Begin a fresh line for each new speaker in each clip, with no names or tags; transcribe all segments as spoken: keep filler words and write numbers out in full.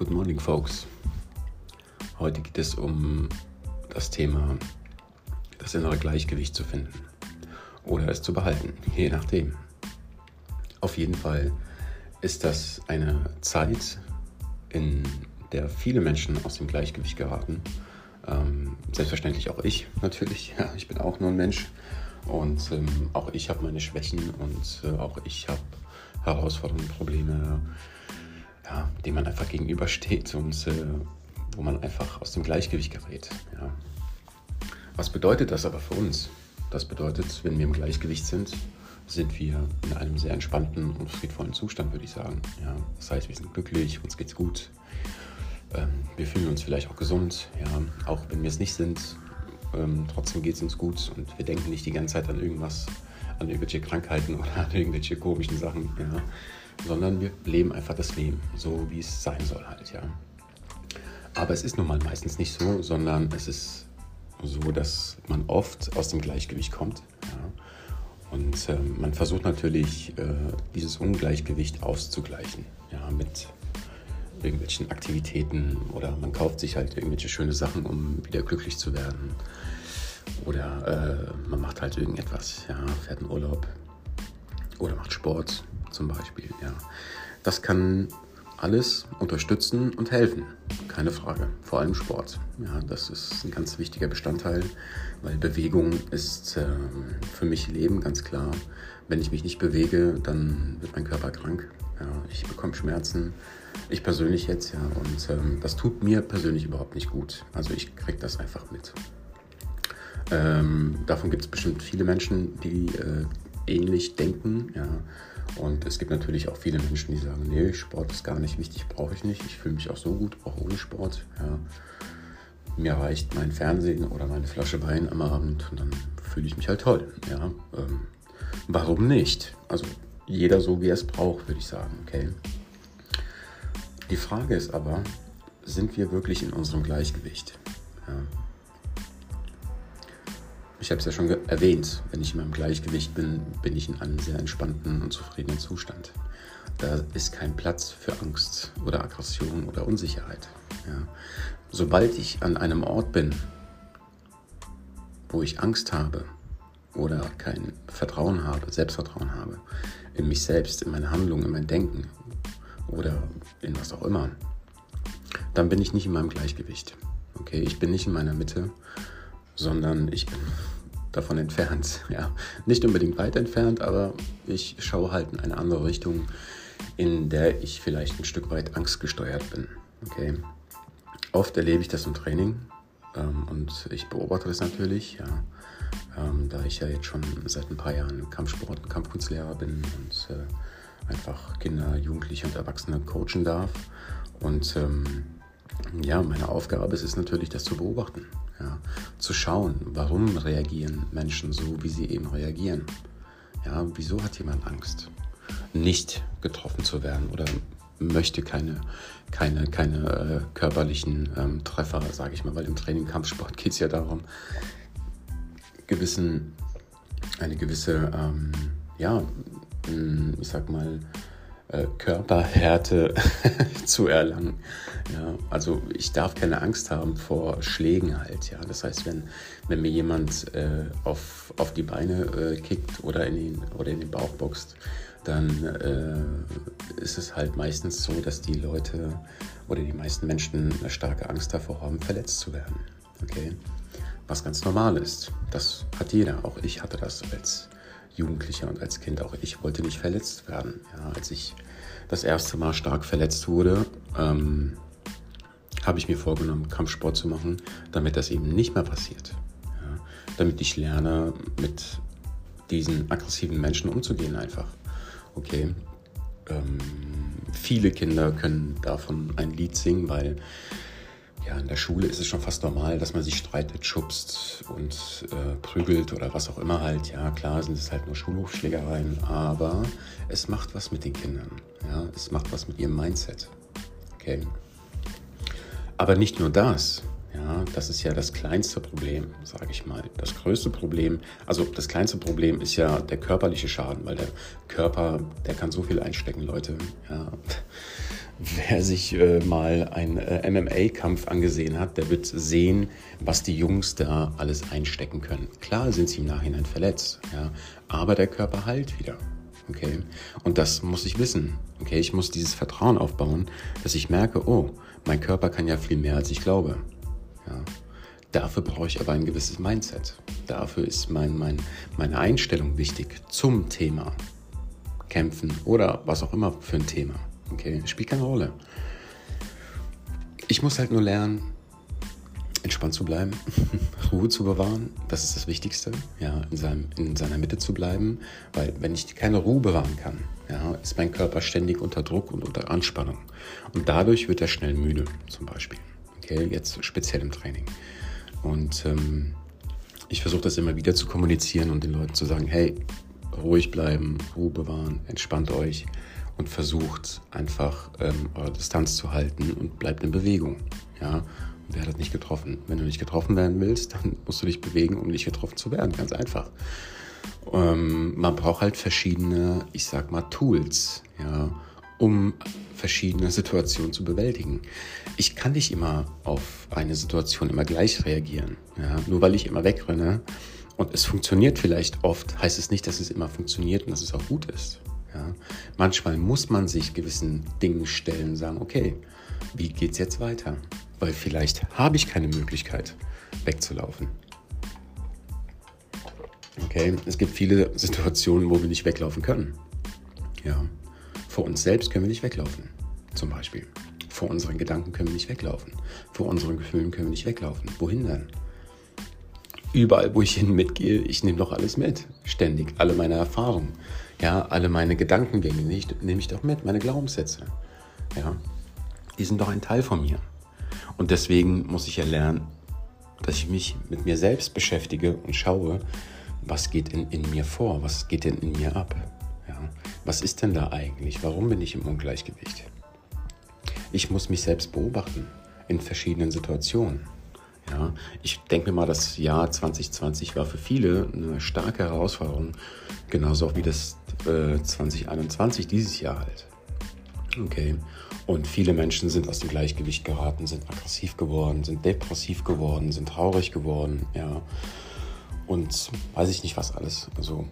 Good morning, folks. Heute geht es um das Thema, das innere Gleichgewicht zu finden oder es zu behalten, je nachdem. Auf jeden Fall ist das eine Zeit, in der viele Menschen aus dem Gleichgewicht geraten. Ähm, selbstverständlich auch ich natürlich. Ja, ich bin auch nur ein Mensch und ähm, auch ich habe meine Schwächen und äh, auch ich habe Herausforderungen, Probleme, ja, denen man einfach gegenübersteht und äh, wo man einfach aus dem Gleichgewicht gerät. Ja. Was bedeutet das aber für uns? Das bedeutet, wenn wir im Gleichgewicht sind, sind wir in einem sehr entspannten und friedvollen Zustand, würde ich sagen. Ja. Das heißt, wir sind glücklich, uns geht's gut, ähm, wir fühlen uns vielleicht auch gesund. Ja. Auch wenn wir es nicht sind, ähm, trotzdem geht es uns gut und wir denken nicht die ganze Zeit an irgendwas, an irgendwelche Krankheiten oder an irgendwelche komischen Sachen, ja. Sondern wir leben einfach das Leben, so wie es sein soll halt, ja. Aber es ist nun mal meistens nicht so, sondern es ist so, dass man oft aus dem Gleichgewicht kommt, ja. Und äh, man versucht natürlich, äh, dieses Ungleichgewicht auszugleichen, ja, mit irgendwelchen Aktivitäten oder man kauft sich halt irgendwelche schöne Sachen, um wieder glücklich zu werden. Oder äh, man macht halt irgendetwas, ja, fährt in Urlaub oder macht Sport zum Beispiel, ja. Das kann alles unterstützen und helfen, keine Frage. Vor allem Sport, ja, das ist ein ganz wichtiger Bestandteil, weil Bewegung ist äh, für mich Leben, ganz klar. Wenn ich mich nicht bewege, dann wird mein Körper krank, ja, ich bekomme Schmerzen, ich persönlich jetzt, ja, und ähm, das tut mir persönlich überhaupt nicht gut. Also ich kriege das einfach mit. Ähm, davon gibt es bestimmt viele Menschen, die äh, ähnlich denken, ja. Und es gibt natürlich auch viele Menschen, die sagen, nee, Sport ist gar nicht wichtig, brauche ich nicht. Ich fühle mich auch so gut, auch ohne Sport. Ja. Mir reicht mein Fernsehen oder meine Flasche Wein am Abend und dann fühle ich mich halt toll. Ja. Ähm, warum nicht? Also jeder so, wie er es braucht, würde ich sagen. Okay? Die Frage ist aber, sind wir wirklich in unserem Gleichgewicht? Ja. Ich habe es ja schon ge- erwähnt, wenn ich in meinem Gleichgewicht bin, bin ich in einem sehr entspannten und zufriedenen Zustand. Da ist kein Platz für Angst oder Aggression oder Unsicherheit. Ja. Sobald ich an einem Ort bin, wo ich Angst habe oder kein Vertrauen habe, Selbstvertrauen habe, in mich selbst, in meine Handlungen, in mein Denken oder in was auch immer, dann bin ich nicht in meinem Gleichgewicht. Okay, ich bin nicht in meiner Mitte, sondern ich bin davon entfernt. Ja. Nicht unbedingt weit entfernt, aber ich schaue halt in eine andere Richtung, in der ich vielleicht ein Stück weit angstgesteuert bin. Okay. Oft erlebe ich das im Training ähm, und ich beobachte das natürlich, ja, ähm, da ich ja jetzt schon seit ein paar Jahren Kampfsport- und Kampfkunstlehrer bin und äh, einfach Kinder, Jugendliche und Erwachsene coachen darf. Und ähm, ja, meine Aufgabe ist es natürlich, das zu beobachten, ja, zu schauen, warum reagieren Menschen so, wie sie eben reagieren. Ja, wieso hat jemand Angst, nicht getroffen zu werden oder möchte keine, keine, keine äh, körperlichen ähm, Treffer, sage ich mal, weil im Training Kampfsport geht es ja darum, gewissen, eine gewisse, ähm, ja, ich sag mal, Körperhärte zu erlangen. Ja, also ich darf keine Angst haben vor Schlägen halt. Ja. Das heißt, wenn, wenn mir jemand äh, auf, auf die Beine äh, kickt oder in, den, oder in den Bauch boxt, dann äh, ist es halt meistens so, dass die Leute oder die meisten Menschen eine starke Angst davor haben, verletzt zu werden. Okay? Was ganz normal ist. Das hat jeder. Auch ich hatte das als Jugendlicher und als Kind. Auch ich wollte nicht verletzt werden. Ja, als ich das erste Mal stark verletzt wurde, ähm, habe ich mir vorgenommen, Kampfsport zu machen, damit das eben nicht mehr passiert. Ja, damit ich lerne, mit diesen aggressiven Menschen umzugehen einfach. Okay. Ähm, viele Kinder können davon ein Lied singen, weil ja, in der Schule ist es schon fast normal, dass man sich streitet, schubst und äh, prügelt oder was auch immer halt. Ja, klar sind es halt nur Schulhofschlägereien, aber es macht was mit den Kindern. Ja, es macht was mit ihrem Mindset. Okay. Aber nicht nur das. Ja, das ist ja das kleinste Problem, sage ich mal. Das größte Problem, also das kleinste Problem ist ja der körperliche Schaden, weil der Körper, der kann so viel einstecken, Leute. Ja. wer sich äh, mal einen äh, M M A-Kampf angesehen hat, der wird sehen, was die Jungs da alles einstecken können. Klar sind sie im Nachhinein verletzt, ja, aber der Körper heilt wieder. Okay? Und das muss ich wissen. Okay? Ich muss dieses Vertrauen aufbauen, dass ich merke, oh, mein Körper kann ja viel mehr, als ich glaube. Ja? Dafür brauche ich aber ein gewisses Mindset. Dafür ist mein, mein, meine Einstellung wichtig zum Thema Kämpfen oder was auch immer für ein Thema. Okay? Spielt keine Rolle. Ich muss halt nur lernen, entspannt zu bleiben, Ruhe zu bewahren, das ist das Wichtigste, ja, in, seinem, in seiner Mitte zu bleiben, weil wenn ich keine Ruhe bewahren kann, ja, ist mein Körper ständig unter Druck und unter Anspannung und dadurch wird er schnell müde, zum Beispiel, okay, jetzt speziell im Training und ähm, ich versuche das immer wieder zu kommunizieren und den Leuten zu sagen, hey, ruhig bleiben, Ruhe bewahren, entspannt euch und versucht einfach ähm, eure Distanz zu halten und bleibt in Bewegung, ja. Wer hat das nicht getroffen? Wenn du nicht getroffen werden willst, dann musst du dich bewegen, um nicht getroffen zu werden. Ganz einfach. Ähm, man braucht halt verschiedene, ich sag mal, Tools, ja, um verschiedene Situationen zu bewältigen. Ich kann nicht immer auf eine Situation immer gleich reagieren. Ja? Nur weil ich immer wegrenne und es funktioniert vielleicht oft, heißt es nicht, dass es immer funktioniert und dass es auch gut ist. Ja? Manchmal muss man sich gewissen Dingen stellen und sagen, okay, wie geht's jetzt weiter? Weil vielleicht habe ich keine Möglichkeit, wegzulaufen. Okay, es gibt viele Situationen, wo wir nicht weglaufen können. Ja, vor uns selbst können wir nicht weglaufen, zum Beispiel. Vor unseren Gedanken können wir nicht weglaufen. Vor unseren Gefühlen können wir nicht weglaufen. Wohin denn? Überall, wo ich hin mitgehe, ich nehme doch alles mit. Ständig, alle meine Erfahrungen. Ja, alle meine Gedankengänge nehme ich doch mit, meine Glaubenssätze. Ja, die sind doch ein Teil von mir. Und deswegen muss ich ja lernen, dass ich mich mit mir selbst beschäftige und schaue, was geht in, in mir vor, was geht denn in mir ab. Ja? Was ist denn da eigentlich? Warum bin ich im Ungleichgewicht? Ich muss mich selbst beobachten in verschiedenen Situationen. Ja? Ich denke mir mal, das Jahr zwanzig zwanzig war für viele eine starke Herausforderung, genauso auch wie das äh, zwanzig einundzwanzig, dieses Jahr halt. Okay. Und viele Menschen sind aus dem Gleichgewicht geraten, sind aggressiv geworden, sind depressiv geworden, sind traurig geworden, ja. Und weiß ich nicht was alles. Also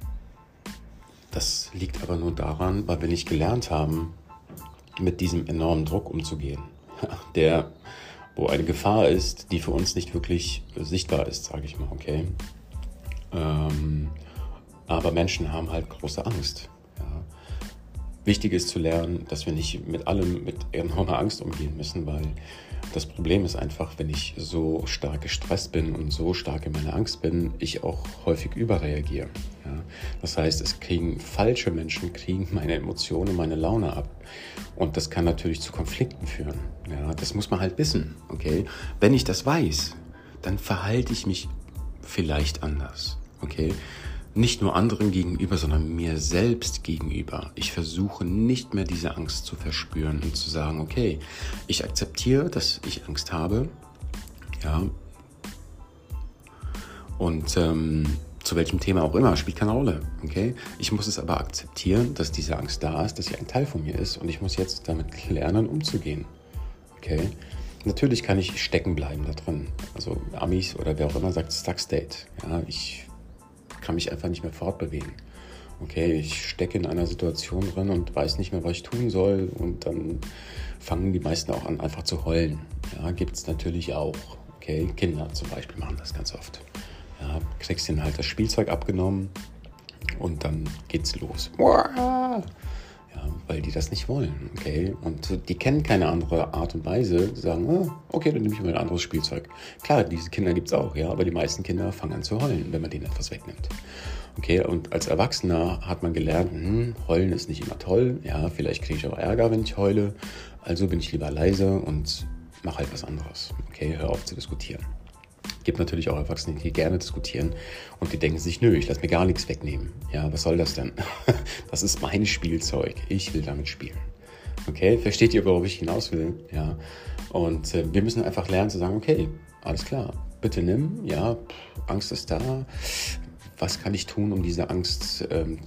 das liegt aber nur daran, weil wir nicht gelernt haben, mit diesem enormen Druck umzugehen, der, wo eine Gefahr ist, die für uns nicht wirklich sichtbar ist, sage ich mal, okay. Ähm, aber Menschen haben halt große Angst. Wichtig ist zu lernen, dass wir nicht mit allem mit enormer Angst umgehen müssen, weil das Problem ist einfach, wenn ich so stark gestresst bin und so stark in meiner Angst bin, ich auch häufig überreagiere. Ja? Das heißt, es kriegen falsche Menschen, kriegen meine Emotionen, meine Laune ab. Und das kann natürlich zu Konflikten führen. Ja? Das muss man halt wissen. Okay? Wenn ich das weiß, dann verhalte ich mich vielleicht anders. Okay? Nicht nur anderen gegenüber, sondern mir selbst gegenüber. Ich versuche nicht mehr diese Angst zu verspüren und zu sagen, okay, ich akzeptiere, dass ich Angst habe, ja, und ähm, zu welchem Thema auch immer, spielt keine Rolle, okay? Ich muss es aber akzeptieren, dass diese Angst da ist, dass sie ein Teil von mir ist und ich muss jetzt damit lernen, umzugehen, okay? Natürlich kann ich stecken bleiben da drin, also Amis oder wer auch immer sagt Stuck State, ja, ich kann mich einfach nicht mehr fortbewegen. Okay, ich stecke in einer Situation drin und weiß nicht mehr, was ich tun soll und dann fangen die meisten auch an, einfach zu heulen. Ja, gibt es natürlich auch. Okay, Kinder zum Beispiel machen das ganz oft. Ja, kriegst ihnen halt das Spielzeug abgenommen und dann geht's los. Ja, weil die das nicht wollen, okay? Und die kennen keine andere Art und Weise, sagen, oh, okay, dann nehme ich mal ein anderes Spielzeug. Klar, diese Kinder gibt es auch, ja, aber die meisten Kinder fangen an zu heulen, wenn man denen etwas wegnimmt. Okay, und als Erwachsener hat man gelernt, hm, heulen ist nicht immer toll, ja, vielleicht kriege ich auch Ärger, wenn ich heule, also bin ich lieber leise und mache halt was anderes, okay, hör auf zu diskutieren. Gibt natürlich auch Erwachsene, die gerne diskutieren und die denken sich, nö, ich lasse mir gar nichts wegnehmen. Ja, was soll das denn? Das ist mein Spielzeug. Ich will damit spielen. Okay, versteht ihr, worauf ich hinaus will? Ja, und äh, wir müssen einfach lernen zu sagen, okay, alles klar, bitte nimm, ja, Angst ist da. Was kann ich tun, um diese Angst ähm,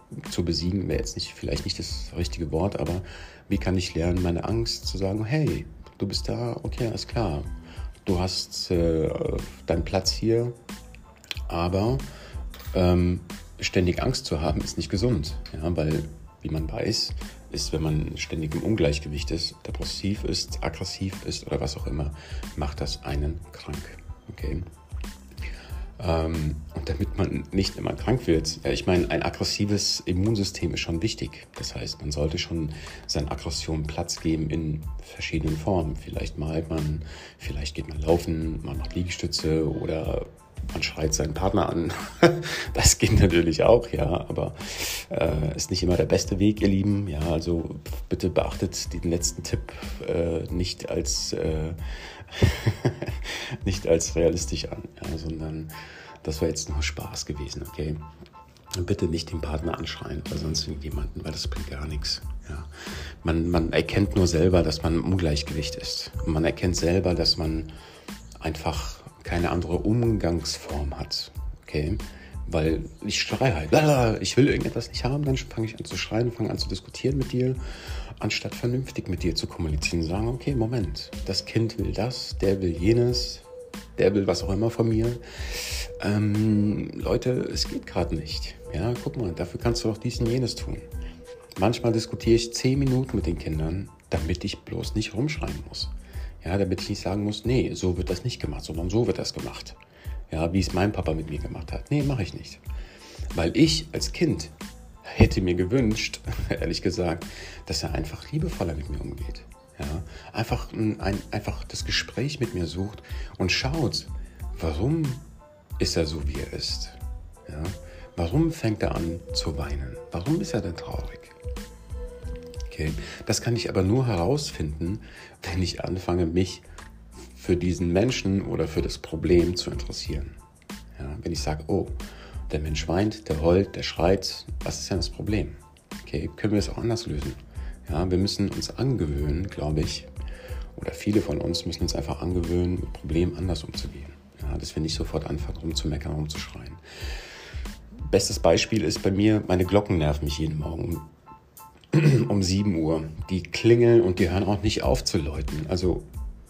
zu besiegen wäre jetzt nicht, vielleicht nicht das richtige Wort, aber wie kann ich lernen, meine Angst zu sagen, hey, du bist da, okay, alles klar. Du hast äh, deinen Platz hier, aber ähm, ständig Angst zu haben, ist nicht gesund. Ja, weil, wie man weiß, ist, wenn man ständig im Ungleichgewicht ist, depressiv ist, aggressiv ist oder was auch immer, macht das einen krank. Okay? Ähm, und damit man nicht immer krank wird, ich meine, ein aggressives Immunsystem ist schon wichtig. Das heißt, man sollte schon seinen Aggressionen Platz geben in verschiedenen Formen. Vielleicht malt man, vielleicht geht man laufen, man macht Liegestütze oder man schreit seinen Partner an. Das geht natürlich auch, ja, aber äh, ist nicht immer der beste Weg, ihr Lieben. Ja, also bitte beachtet den letzten Tipp äh, nicht als äh, nicht als realistisch an, ja, sondern das war jetzt nur Spaß gewesen, okay? Und bitte nicht den Partner anschreien oder sonst irgendjemanden, weil das bringt gar nichts. Ja. Man, man erkennt nur selber, dass man im Ungleichgewicht ist. Und man erkennt selber, dass man einfach keine andere Umgangsform hat, okay? Weil ich schreie halt, ich will irgendetwas nicht haben, dann fange ich an zu schreien, fange an zu diskutieren mit dir, anstatt vernünftig mit dir zu kommunizieren und sagen, okay, Moment, das Kind will das, der will jenes, der will was auch immer von mir. Ähm, Leute, es geht gerade nicht. Ja, guck mal, dafür kannst du auch dies und jenes tun. Manchmal diskutiere ich zehn Minuten mit den Kindern, damit ich bloß nicht rumschreien muss. Ja, damit ich nicht sagen muss, nee, so wird das nicht gemacht, sondern so wird das gemacht. Ja, wie es mein Papa mit mir gemacht hat. Nee, mache ich nicht. Weil ich als Kind hätte mir gewünscht, ehrlich gesagt, dass er einfach liebevoller mit mir umgeht. Ja, einfach, ein, einfach das Gespräch mit mir sucht und schaut, warum ist er so, wie er ist. Ja, warum fängt er an zu weinen? Warum ist er denn traurig? Okay, das kann ich aber nur herausfinden, wenn ich anfange, mich für diesen Menschen oder für das Problem zu interessieren. Ja, wenn ich sage, oh, der Mensch weint, der heult, der schreit, was ist denn das Problem? Okay, können wir es auch anders lösen? Ja, wir müssen uns angewöhnen, glaube ich, oder viele von uns müssen uns einfach angewöhnen, mit Problemen anders umzugehen. Ja, dass wir nicht sofort anfangen, rumzumeckern, rumzuschreien. Bestes Beispiel ist bei mir, meine Glocken nerven mich jeden Morgen um, um sieben Uhr. Die klingeln und die hören auch nicht auf zu läuten. Also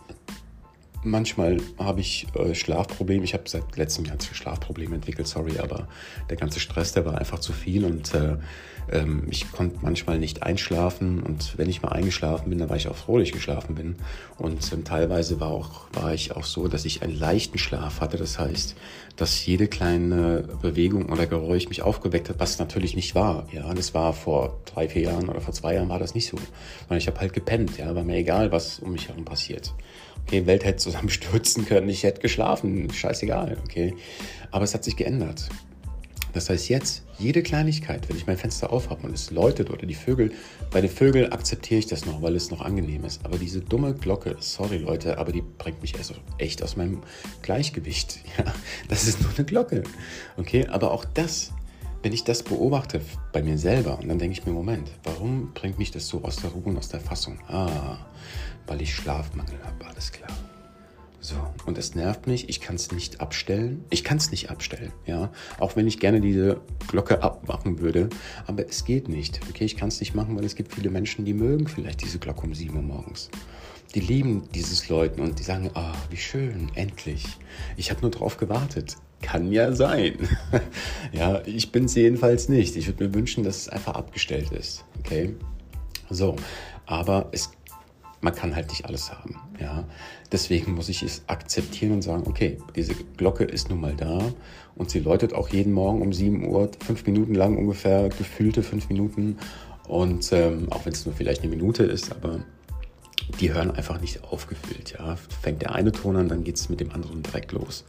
manchmal habe ich äh, Schlafprobleme. Ich habe seit letztem Jahr Schlafprobleme entwickelt, sorry, aber der ganze Stress, der war einfach zu viel und äh, ähm, ich konnte manchmal nicht einschlafen und wenn ich mal eingeschlafen bin, dann war ich auch froh, dass ich geschlafen bin und ähm, teilweise war, auch, war ich auch so, dass ich einen leichten Schlaf hatte, das heißt, dass jede kleine Bewegung oder Geräusch mich aufgeweckt hat, was natürlich nicht war. Ja, das war vor drei, vier Jahren oder vor zwei Jahren war das nicht so, sondern ich habe halt gepennt, ja, war mir egal, was um mich herum passiert. Okay, Welt hätte zusammenstürzen können, ich hätte geschlafen, scheißegal, okay. Aber es hat sich geändert. Das heißt jetzt, jede Kleinigkeit, wenn ich mein Fenster aufhabe und es läutet oder die Vögel, bei den Vögeln akzeptiere ich das noch, weil es noch angenehm ist. Aber diese dumme Glocke, sorry Leute, aber die bringt mich also echt aus meinem Gleichgewicht. Ja, das ist nur eine Glocke, okay. Aber auch das, wenn ich das beobachte bei mir selber und dann denke ich mir, Moment, warum bringt mich das so aus der Ruhe und aus der Fassung? Ah, weil ich Schlafmangel habe, alles klar. So, und es nervt mich, ich kann es nicht abstellen. Ich kann es nicht abstellen, ja. Auch wenn ich gerne diese Glocke abmachen würde, aber es geht nicht. Okay, ich kann es nicht machen, weil es gibt viele Menschen, die mögen vielleicht diese Glocke um sieben Uhr morgens. Die lieben dieses Läuten und die sagen, ah, oh, wie schön, endlich. Ich habe nur drauf gewartet. Kann ja sein. Ja, ich bin es jedenfalls nicht. Ich würde mir wünschen, dass es einfach abgestellt ist. Okay, so, aber es man kann halt nicht alles haben, ja. Deswegen muss ich es akzeptieren und sagen, okay, diese Glocke ist nun mal da und sie läutet auch jeden Morgen um sieben Uhr, fünf Minuten lang ungefähr, gefühlte fünf Minuten und ähm, auch wenn es nur vielleicht eine Minute ist, aber die hören einfach nicht aufgefüllt, ja. Fängt der eine Ton an, dann geht es mit dem anderen direkt los.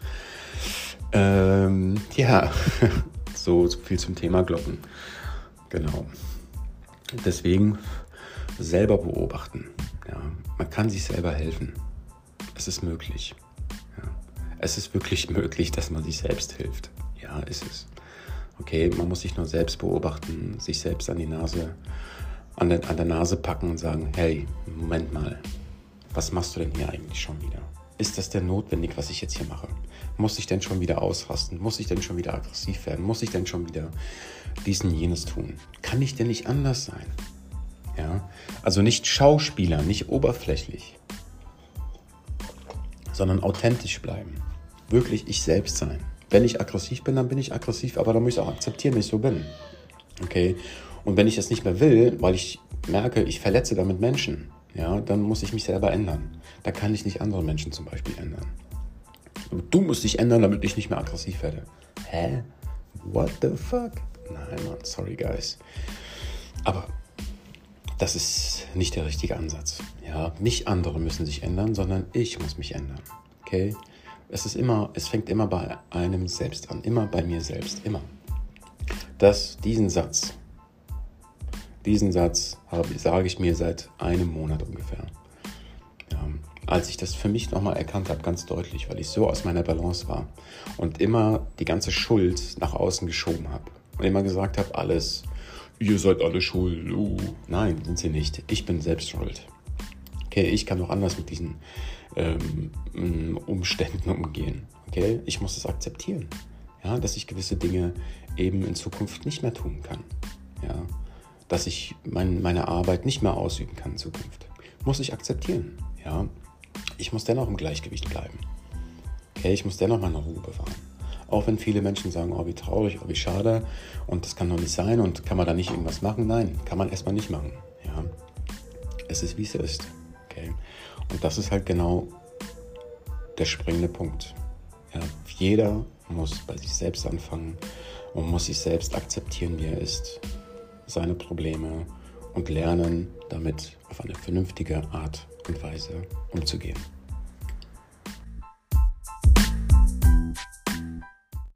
Ähm, ja, so, so viel zum Thema Glocken. Genau. Deswegen selber beobachten. Ja, man kann sich selber helfen. Es ist möglich. Ja. Es ist wirklich möglich, dass man sich selbst hilft. Ja, ist es. Okay, man muss sich nur selbst beobachten, sich selbst an die Nase, an der, an der Nase packen und sagen, hey, Moment mal, was machst du denn hier eigentlich schon wieder? ist das denn notwendig, was ich jetzt hier mache? Muss ich denn schon wieder ausrasten? Muss ich denn schon wieder aggressiv werden? Muss ich denn schon wieder dies und jenes tun? Kann ich denn nicht anders sein? Ja? Also nicht Schauspieler, nicht oberflächlich, sondern authentisch bleiben. Wirklich ich selbst sein. Wenn ich aggressiv bin, dann bin ich aggressiv, aber dann muss ich auch akzeptieren, dass ich so bin. Okay? Und wenn ich das nicht mehr will, weil ich merke, ich verletze damit Menschen, ja, dann muss ich mich selber ändern. Da kann ich nicht andere Menschen zum Beispiel ändern. Du musst dich ändern, damit ich nicht mehr aggressiv werde. Hä? What the fuck? Nein, Mann, sorry, guys. Aber das ist nicht der richtige Ansatz. Ja, nicht andere müssen sich ändern, sondern ich muss mich ändern. Okay? Es ist immer, es fängt immer bei einem selbst an. Immer bei mir selbst. Immer. Das, diesen Satz, diesen Satz habe, sage ich mir seit einem Monat ungefähr. Ja, als ich das für mich nochmal erkannt habe, ganz deutlich, weil ich so aus meiner Balance war und immer die ganze Schuld nach außen geschoben habe und immer gesagt habe, alles, ihr seid alle schuld. Uh. Nein, sind sie nicht. Ich bin selbst schuld. Okay, ich kann auch anders mit diesen ähm, Umständen umgehen. Okay, ich muss es akzeptieren, ja, dass ich gewisse Dinge eben in Zukunft nicht mehr tun kann. Ja, dass ich mein, meine Arbeit nicht mehr ausüben kann in Zukunft. Muss ich akzeptieren. Ja, ich muss dennoch im Gleichgewicht bleiben. Okay, ich muss dennoch meine Ruhe bewahren. Auch wenn viele Menschen sagen, oh wie traurig, oh wie schade und das kann doch nicht sein und kann man da nicht irgendwas machen? Nein, kann man erstmal nicht machen. Ja, es ist wie es ist. Okay, und das ist halt genau der springende Punkt. Ja, jeder muss bei sich selbst anfangen und muss sich selbst akzeptieren, wie er ist, seine Probleme und lernen, damit auf eine vernünftige Art und Weise umzugehen.